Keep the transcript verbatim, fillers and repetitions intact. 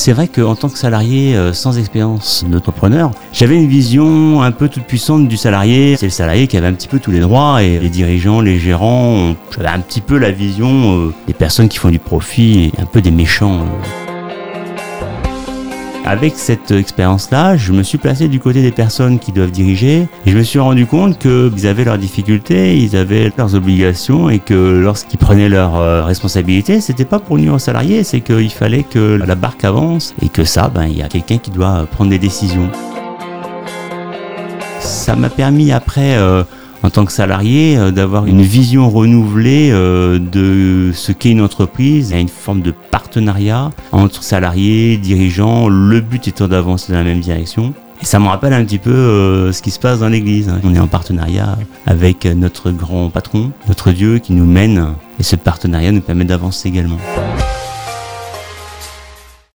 C'est vrai qu'en tant que salarié euh, sans expérience d'entrepreneur, j'avais une vision un peu toute puissante du salarié. C'est le salarié qui avait un petit peu tous les droits et les dirigeants, les gérants, j'avais un petit peu la vision euh, des personnes qui font du profit et un peu des méchants. Euh. Avec cette expérience-là, je me suis placé du côté des personnes qui doivent diriger et je me suis rendu compte qu'ils avaient leurs difficultés, ils avaient leurs obligations et que lorsqu'ils prenaient leurs euh, responsabilités, c'était pas pour nuire aux salariés, c'est qu'il fallait que la barque avance et que ça, ben, il y a quelqu'un qui doit prendre des décisions. Ça m'a permis après, euh, en tant que salarié, euh, d'avoir une vision renouvelée euh, de ce qu'est une entreprise. Il y a une forme de partenariat entre salariés, dirigeants, le but étant d'avancer dans la même direction. Et ça me rappelle un petit peu euh, ce qui se passe dans l'église. On est en partenariat avec notre grand patron, notre Dieu qui nous mène. Et ce partenariat nous permet d'avancer également.